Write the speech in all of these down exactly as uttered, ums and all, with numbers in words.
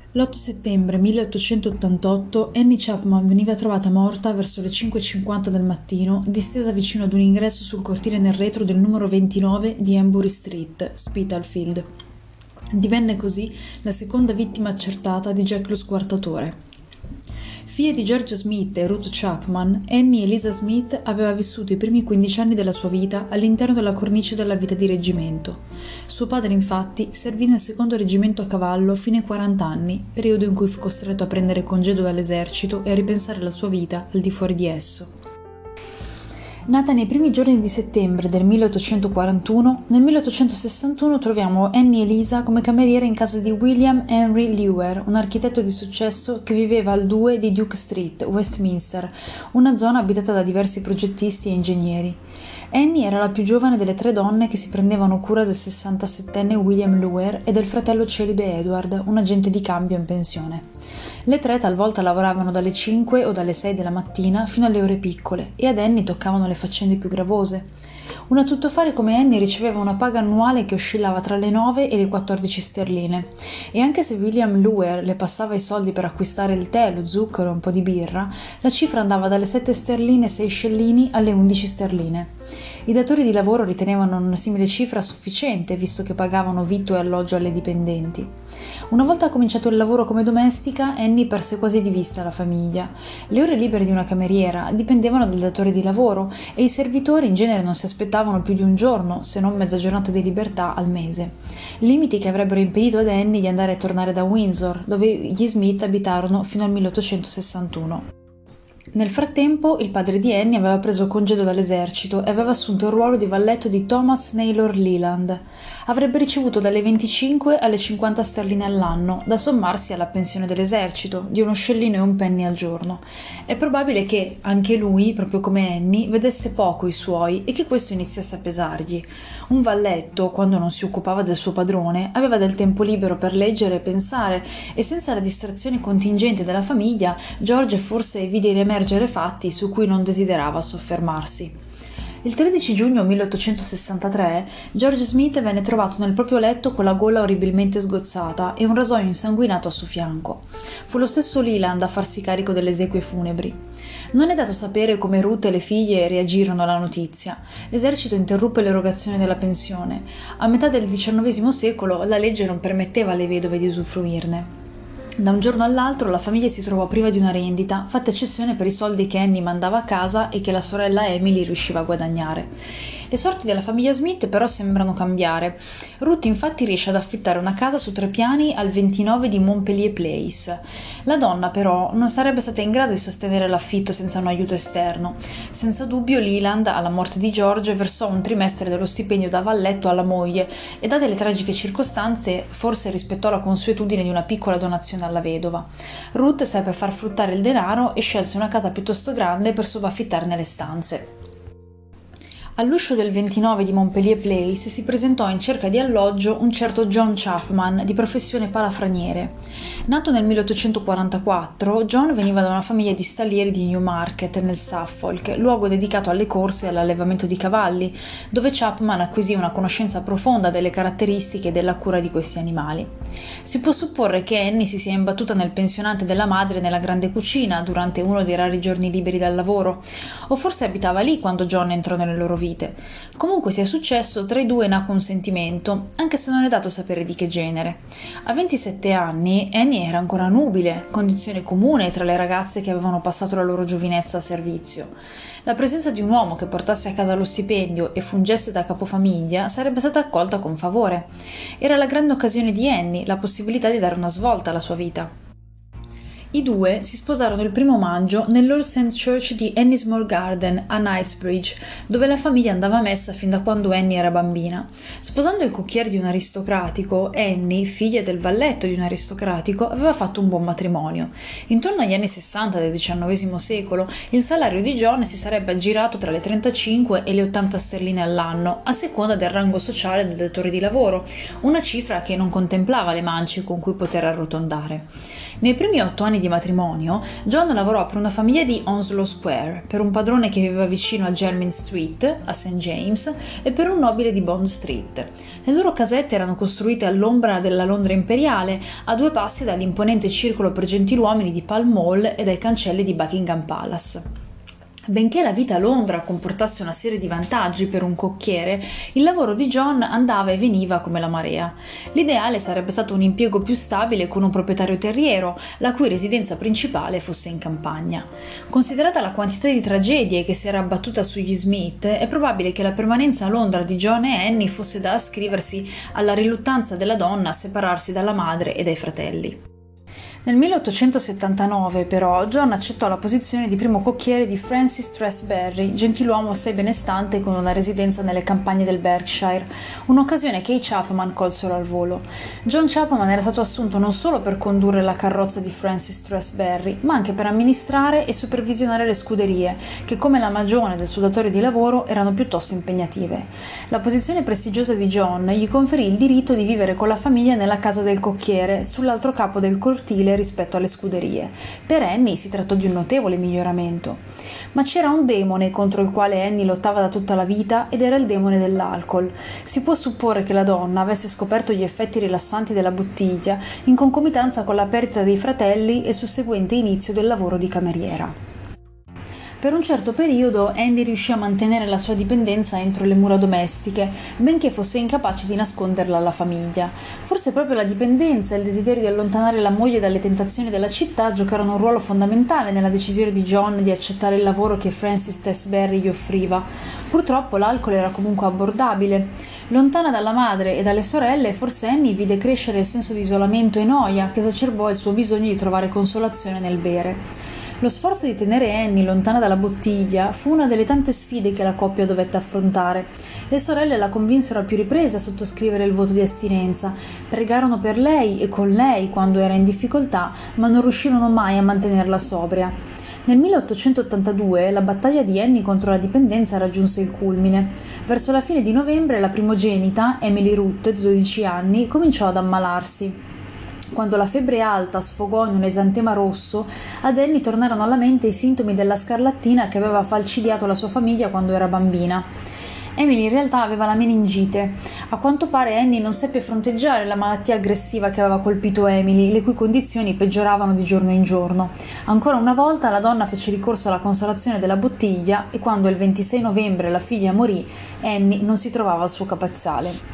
L'otto settembre milleottocentottantotto Annie Chapman veniva trovata morta verso le cinque e cinquanta del mattino, distesa vicino ad un ingresso sul cortile nel retro del numero ventinove di Embury Street, Spitalfield. Divenne così la seconda vittima accertata di Jack lo squartatore. Figlia di George Smith e Ruth Chapman, Annie Eliza Smith aveva vissuto i primi quindici anni della sua vita all'interno della cornice della vita di reggimento. Suo padre, infatti, servì nel secondo reggimento a cavallo fino ai quaranta anni, periodo in cui fu costretto a prendere congedo dall'esercito e a ripensare alla sua vita al di fuori di esso. Nata nei primi giorni di settembre del milleottocentoquarantuno, nel milleottocentosessantuno troviamo Annie Eliza come cameriera in casa di William Henry Lewer, un architetto di successo che viveva al due di Duke Street, Westminster, una zona abitata da diversi progettisti e ingegneri. Annie era la più giovane delle tre donne che si prendevano cura del sessantasettenne William Lewer e del fratello celibe Edward, un agente di cambio in pensione. Le tre talvolta lavoravano dalle cinque o dalle sei della mattina fino alle ore piccole e ad Annie toccavano le faccende più gravose. Una tuttofare come Annie riceveva una paga annuale che oscillava tra le nove e le quattordici sterline, e anche se William Lewer le passava i soldi per acquistare il tè, lo zucchero e un po' di birra, la cifra andava dalle sette sterline e sei scellini alle undici sterline. I datori di lavoro ritenevano una simile cifra sufficiente, visto che pagavano vitto e alloggio alle dipendenti. Una volta cominciato il lavoro come domestica, Annie perse quasi di vista la famiglia. Le ore libere di una cameriera dipendevano dal datore di lavoro e i servitori in genere non si aspettavano più di un giorno, se non mezza giornata di libertà al mese. Limiti che avrebbero impedito ad Annie di andare e tornare da Windsor, dove gli Smith abitarono fino al milleottocentosessantuno. Nel frattempo, il padre di Annie aveva preso congedo dall'esercito e aveva assunto il ruolo di valletto di Thomas Naylor Leland. Avrebbe ricevuto dalle venticinque alle cinquanta sterline all'anno, da sommarsi alla pensione dell'esercito, di uno scellino e un penny al giorno. È probabile che anche lui, proprio come Annie, vedesse poco i suoi e che questo iniziasse a pesargli. Un valletto, quando non si occupava del suo padrone, aveva del tempo libero per leggere e pensare, e senza la distrazione contingente della famiglia, George forse vide riemergere fatti su cui non desiderava soffermarsi. Il tredici giugno milleottocentosessantatré George Smith venne trovato nel proprio letto con la gola orribilmente sgozzata e un rasoio insanguinato a suo fianco. Fu lo stesso Leland a farsi carico delle esequie funebri. Non è dato sapere come Ruth e le figlie reagirono alla notizia. L'esercito interruppe l'erogazione della pensione. A metà del diciannovesimo secolo la legge non permetteva alle vedove di usufruirne. Da un giorno all'altro la famiglia si trovò priva di una rendita, fatta eccezione per i soldi che Annie mandava a casa e che la sorella Emily riusciva a guadagnare. Le sorti della famiglia Smith però sembrano cambiare. Ruth infatti riesce ad affittare una casa su tre piani al ventinove di Montpelier Place. La donna però non sarebbe stata in grado di sostenere l'affitto senza un aiuto esterno. Senza dubbio Leland, alla morte di George, versò un trimestre dello stipendio da valletto alla moglie e, date le tragiche circostanze, forse rispettò la consuetudine di una piccola donazione alla vedova. Ruth seppe far fruttare il denaro e scelse una casa piuttosto grande per subaffittarne le stanze. All'uscio del ventinove di Montpelier Place si presentò in cerca di alloggio un certo John Chapman, di professione palafraniere. Nato nel milleottocentoquarantaquattro, John veniva da una famiglia di stallieri di Newmarket, nel Suffolk, luogo dedicato alle corse e all'allevamento di cavalli, dove Chapman acquisì una conoscenza profonda delle caratteristiche e della cura di questi animali. Si può supporre che Annie si sia imbattuta nel pensionante della madre nella grande cucina durante uno dei rari giorni liberi dal lavoro, o forse abitava lì quando John entrò nelle loro vite. Comunque sia successo, tra i due nacque un sentimento, anche se non è dato sapere di che genere. A ventisette anni Annie era ancora nubile, condizione comune tra le ragazze che avevano passato la loro giovinezza a servizio. La presenza di un uomo che portasse a casa lo stipendio e fungesse da capofamiglia sarebbe stata accolta con favore. Era la grande occasione di Annie, la possibilità di dare una svolta alla sua vita. I due si sposarono il primo maggio nell'All Saints Church di Ennismore Garden a Knightsbridge, dove la famiglia andava a messa fin da quando Annie era bambina. Sposando il cocchiere di un aristocratico, Annie, figlia del valletto di un aristocratico, aveva fatto un buon matrimonio. Intorno agli anni sessanta del diciannovesimo secolo, il salario di John si sarebbe aggirato tra le trentacinque e le ottanta sterline all'anno, a seconda del rango sociale del datore di lavoro, una cifra che non contemplava le mance con cui poter arrotondare. Nei primi otto anni anni di matrimonio, John lavorò per una famiglia di Onslow Square, per un padrone che viveva vicino a Jermyn Street, a Saint James, e per un nobile di Bond Street. Le loro casette erano costruite all'ombra della Londra imperiale, a due passi dall'imponente circolo per gentiluomini di Pall Mall e dai cancelli di Buckingham Palace. Benché la vita a Londra comportasse una serie di vantaggi per un cocchiere, il lavoro di John andava e veniva come la marea. L'ideale sarebbe stato un impiego più stabile con un proprietario terriero, la cui residenza principale fosse in campagna. Considerata la quantità di tragedie che si era abbattuta sugli Smith, è probabile che la permanenza a Londra di John e Annie fosse da ascriversi alla riluttanza della donna a separarsi dalla madre e dai fratelli. Nel milleottocentosettantanove, però, John accettò la posizione di primo cocchiere di Francis Strasberry, gentiluomo assai benestante con una residenza nelle campagne del Berkshire, un'occasione che i Chapman colsero al volo. John Chapman era stato assunto non solo per condurre la carrozza di Francis Strasberry, ma anche per amministrare e supervisionare le scuderie, che come la magione del suo datore di lavoro erano piuttosto impegnative. La posizione prestigiosa di John gli conferì il diritto di vivere con la famiglia nella casa del cocchiere, sull'altro capo del cortile rispetto alle scuderie. Per Annie si trattò di un notevole miglioramento. Ma c'era un demone contro il quale Annie lottava da tutta la vita ed era il demone dell'alcol. Si può supporre che la donna avesse scoperto gli effetti rilassanti della bottiglia in concomitanza con la perdita dei fratelli e il susseguente inizio del lavoro di cameriera. Per un certo periodo Andy riuscì a mantenere la sua dipendenza entro le mura domestiche, benché fosse incapace di nasconderla alla famiglia. Forse proprio la dipendenza e il desiderio di allontanare la moglie dalle tentazioni della città giocarono un ruolo fondamentale nella decisione di John di accettare il lavoro che Francis Strasberry gli offriva. Purtroppo l'alcol era comunque abbordabile. Lontana dalla madre e dalle sorelle, forse Annie vide crescere il senso di isolamento e noia che esacerbò il suo bisogno di trovare consolazione nel bere. Lo sforzo di tenere Annie lontana dalla bottiglia fu una delle tante sfide che la coppia dovette affrontare. Le sorelle la convinsero a più riprese a sottoscrivere il voto di astinenza, pregarono per lei e con lei quando era in difficoltà, ma non riuscirono mai a mantenerla sobria. Nel milleottocentottantadue la battaglia di Annie contro la dipendenza raggiunse il culmine. Verso la fine di novembre la primogenita, Emily Ruth, di dodici anni, cominciò ad ammalarsi. Quando la febbre alta sfogò in un esantema rosso, ad Annie tornarono alla mente i sintomi della scarlattina che aveva falcidiato la sua famiglia quando era bambina. Emily in realtà aveva la meningite. A quanto pare Annie non seppe fronteggiare la malattia aggressiva che aveva colpito Emily, le cui condizioni peggioravano di giorno in giorno. Ancora una volta la donna fece ricorso alla consolazione della bottiglia e quando il ventisei novembre la figlia morì, Annie non si trovava al suo capezzale.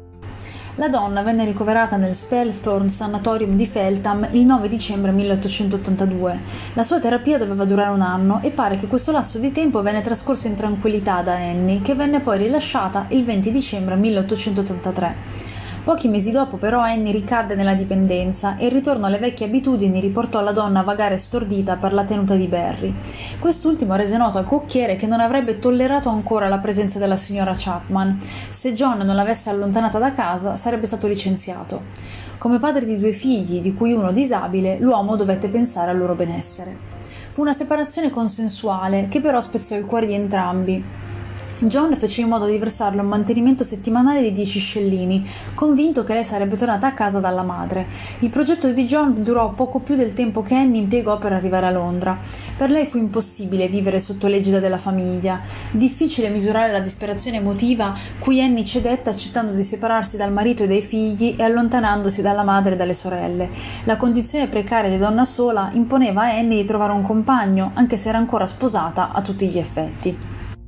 La donna venne ricoverata nel Spelthorne Sanatorium di Feltham il nove dicembre milleottocentottantadue. La sua terapia doveva durare un anno e pare che questo lasso di tempo venne trascorso in tranquillità da Annie, che venne poi rilasciata il venti dicembre milleottocentottantatré. Pochi mesi dopo però Annie ricadde nella dipendenza e il ritorno alle vecchie abitudini riportò la donna a vagare stordita per la tenuta di Barry. Quest'ultimo rese noto al cocchiere che non avrebbe tollerato ancora la presenza della signora Chapman. Se John non l'avesse allontanata da casa sarebbe stato licenziato. Come padre di due figli, di cui uno disabile, l'uomo dovette pensare al loro benessere. Fu una separazione consensuale che però spezzò il cuore di entrambi. John fece in modo di versarle un mantenimento settimanale di dieci scellini, convinto che lei sarebbe tornata a casa dalla madre. Il progetto di John durò poco più del tempo che Annie impiegò per arrivare a Londra. Per lei fu impossibile vivere sotto l'egida della famiglia. Difficile misurare la disperazione emotiva cui Annie cedette accettando di separarsi dal marito e dai figli e allontanandosi dalla madre e dalle sorelle. La condizione precaria di donna sola imponeva a Annie di trovare un compagno, anche se era ancora sposata a tutti gli effetti.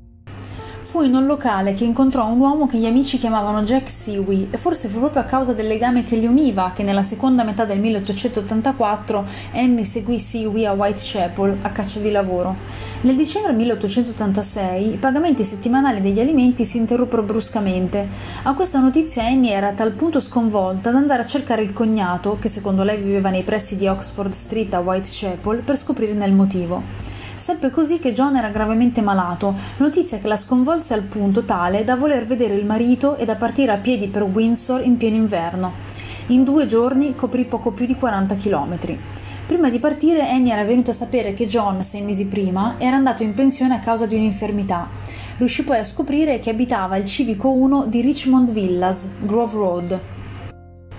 Fu in un locale che incontrò un uomo che gli amici chiamavano Jack Seaway e forse fu proprio a causa del legame che li univa che nella seconda metà del milleottocentottantaquattro Annie seguì Seaway a Whitechapel a caccia di lavoro. Nel dicembre milleottocentottantasei i pagamenti settimanali degli alimenti si interruppero bruscamente. A questa notizia Annie era a tal punto sconvolta da andare a cercare il cognato, che secondo lei viveva nei pressi di Oxford Street a Whitechapel, per scoprirne il motivo. Seppe così che John era gravemente malato, notizia che la sconvolse al punto tale da voler vedere il marito e da partire a piedi per Windsor in pieno inverno. In due giorni coprì poco più di quaranta chilometri. Prima di partire Annie era venuta a sapere che John, sei mesi prima, era andato in pensione a causa di un'infermità. Riuscì poi a scoprire che abitava al civico uno di Richmond Villas, Grove Road.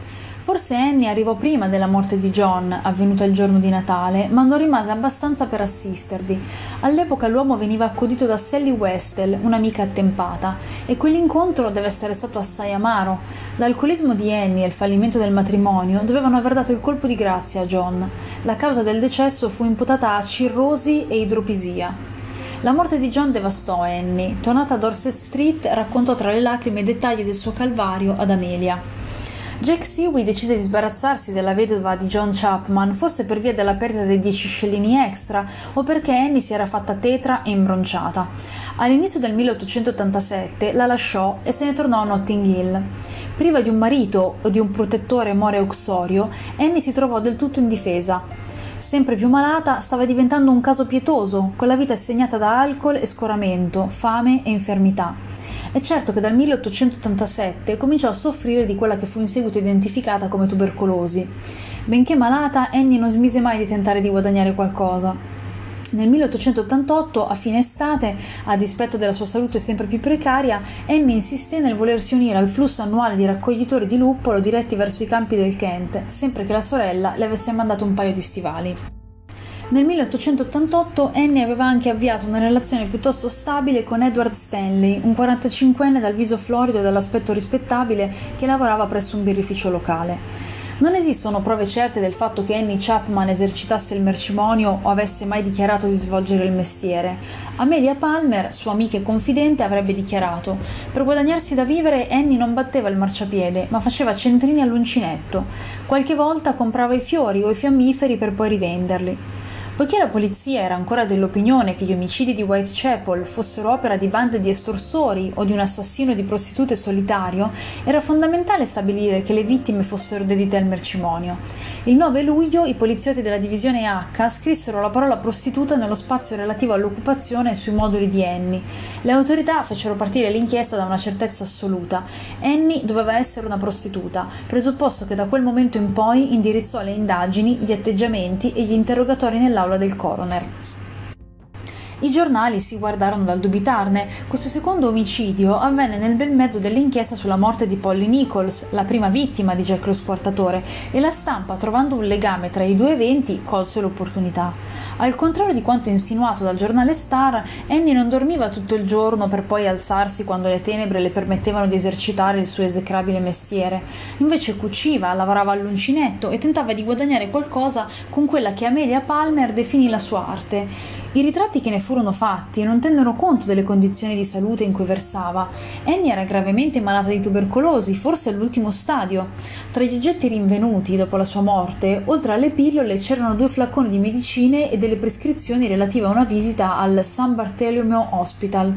Forse Annie arrivò prima della morte di John, avvenuta il giorno di Natale, ma non rimase abbastanza per assistervi. All'epoca l'uomo veniva accudito da Sally Westell, un'amica attempata, e quell'incontro deve essere stato assai amaro. L'alcolismo di Annie e il fallimento del matrimonio dovevano aver dato il colpo di grazia a John. La causa del decesso fu imputata a cirrosi e idropisia. La morte di John devastò Annie. Tornata a Dorset Street, raccontò tra le lacrime i dettagli del suo calvario ad Amelia. Jack Seawy decise di sbarazzarsi della vedova di John Chapman, forse per via della perdita dei dieci scellini extra o perché Annie si era fatta tetra e imbronciata. All'inizio del milleottocentottantasette la lasciò e se ne tornò a Notting Hill. Priva di un marito o di un protettore more uxorio, Annie si trovò del tutto indifesa. Sempre più malata, stava diventando un caso pietoso, con la vita segnata da alcol e scoramento, fame e infermità. È certo che dal milleottocentottantasette cominciò a soffrire di quella che fu in seguito identificata come tubercolosi. Benché malata, Annie non smise mai di tentare di guadagnare qualcosa. Nel milleottocentottantotto, a fine estate, a dispetto della sua salute sempre più precaria, Annie insisté nel volersi unire al flusso annuale di raccoglitori di luppolo diretti verso i campi del Kent, sempre che la sorella le avesse mandato un paio di stivali. Nel milleottocentottantotto Annie aveva anche avviato una relazione piuttosto stabile con Edward Stanley, un quarantacinquenne dal viso florido e dall'aspetto rispettabile che lavorava presso un birrificio locale. Non esistono prove certe del fatto che Annie Chapman esercitasse il mercimonio o avesse mai dichiarato di svolgere il mestiere. Amelia Palmer, sua amica e confidente, avrebbe dichiarato: per guadagnarsi da vivere Annie non batteva il marciapiede, ma faceva centrini all'uncinetto. Qualche volta comprava i fiori o i fiammiferi per poi rivenderli. Poiché la polizia era ancora dell'opinione che gli omicidi di Whitechapel fossero opera di bande di estorsori o di un assassino di prostitute solitario, era fondamentale stabilire che le vittime fossero dedite al mercimonio. Il nove luglio i poliziotti della divisione H scrissero la parola prostituta nello spazio relativo all'occupazione sui moduli di Annie. Le autorità fecero partire l'inchiesta da una certezza assoluta. Annie doveva essere una prostituta, presupposto che da quel momento in poi indirizzò le indagini, gli atteggiamenti e gli interrogatori nell'aula del coroner. I giornali si guardarono dal dubitarne. Questo secondo omicidio avvenne nel bel mezzo dell'inchiesta sulla morte di Polly Nichols, la prima vittima di Jack lo Squartatore, e la stampa, trovando un legame tra i due eventi, colse l'opportunità. Al contrario di quanto insinuato dal giornale Star, Annie non dormiva tutto il giorno per poi alzarsi quando le tenebre le permettevano di esercitare il suo esecrabile mestiere. Invece cuciva, lavorava all'uncinetto e tentava di guadagnare qualcosa con quella che Amelia Palmer definì la sua arte. I ritratti che ne furono fatti non tennero conto delle condizioni di salute in cui versava. Annie era gravemente malata di tubercolosi, forse all'ultimo stadio. Tra gli oggetti rinvenuti dopo la sua morte, oltre alle pillole, c'erano due flaconi di medicine e delle prescrizioni relative a una visita al San Bartholomew Hospital.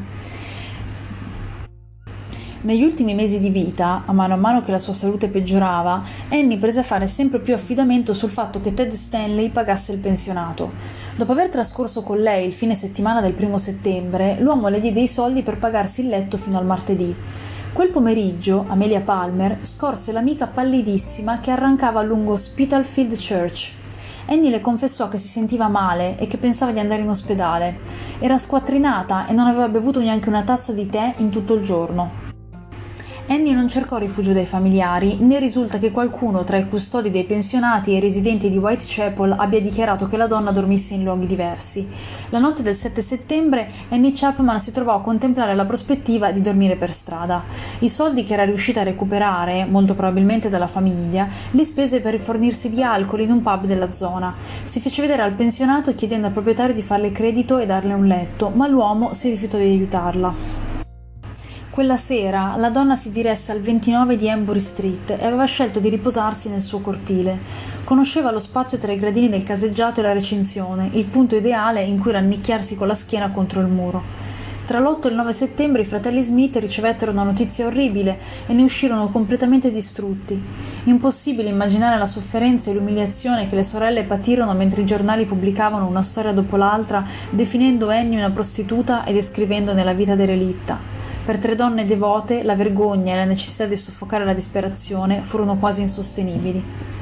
Negli ultimi mesi di vita, a mano a mano che la sua salute peggiorava, Annie prese a fare sempre più affidamento sul fatto che Ted Stanley pagasse il pensionato. Dopo aver trascorso con lei il fine settimana del primo settembre, l'uomo le diede i soldi per pagarsi il letto fino al martedì. Quel pomeriggio, Amelia Palmer scorse l'amica pallidissima che arrancava lungo Spitalfield Church. Annie le confessò che si sentiva male e che pensava di andare in ospedale. Era squattrinata e non aveva bevuto neanche una tazza di tè in tutto il giorno. Annie non cercò rifugio dai familiari, né risulta che qualcuno tra i custodi dei pensionati e i residenti di Whitechapel abbia dichiarato che la donna dormisse in luoghi diversi. La notte del sette settembre Annie Chapman si trovò a contemplare la prospettiva di dormire per strada. I soldi che era riuscita a recuperare, molto probabilmente dalla famiglia, li spese per rifornirsi di alcol in un pub della zona. Si fece vedere al pensionato chiedendo al proprietario di farle credito e darle un letto, ma l'uomo si rifiutò di aiutarla. Quella sera la donna si diresse al ventinove di Embury Street e aveva scelto di riposarsi nel suo cortile. Conosceva lo spazio tra i gradini del caseggiato e la recinzione, il punto ideale in cui rannicchiarsi con la schiena contro il muro. Tra l'otto e il nove settembre i fratelli Smith ricevettero una notizia orribile e ne uscirono completamente distrutti. Impossibile immaginare la sofferenza e l'umiliazione che le sorelle patirono mentre i giornali pubblicavano una storia dopo l'altra, definendo Annie una prostituta e descrivendone la vita derelitta. Per tre donne devote, la vergogna e la necessità di soffocare la disperazione furono quasi insostenibili.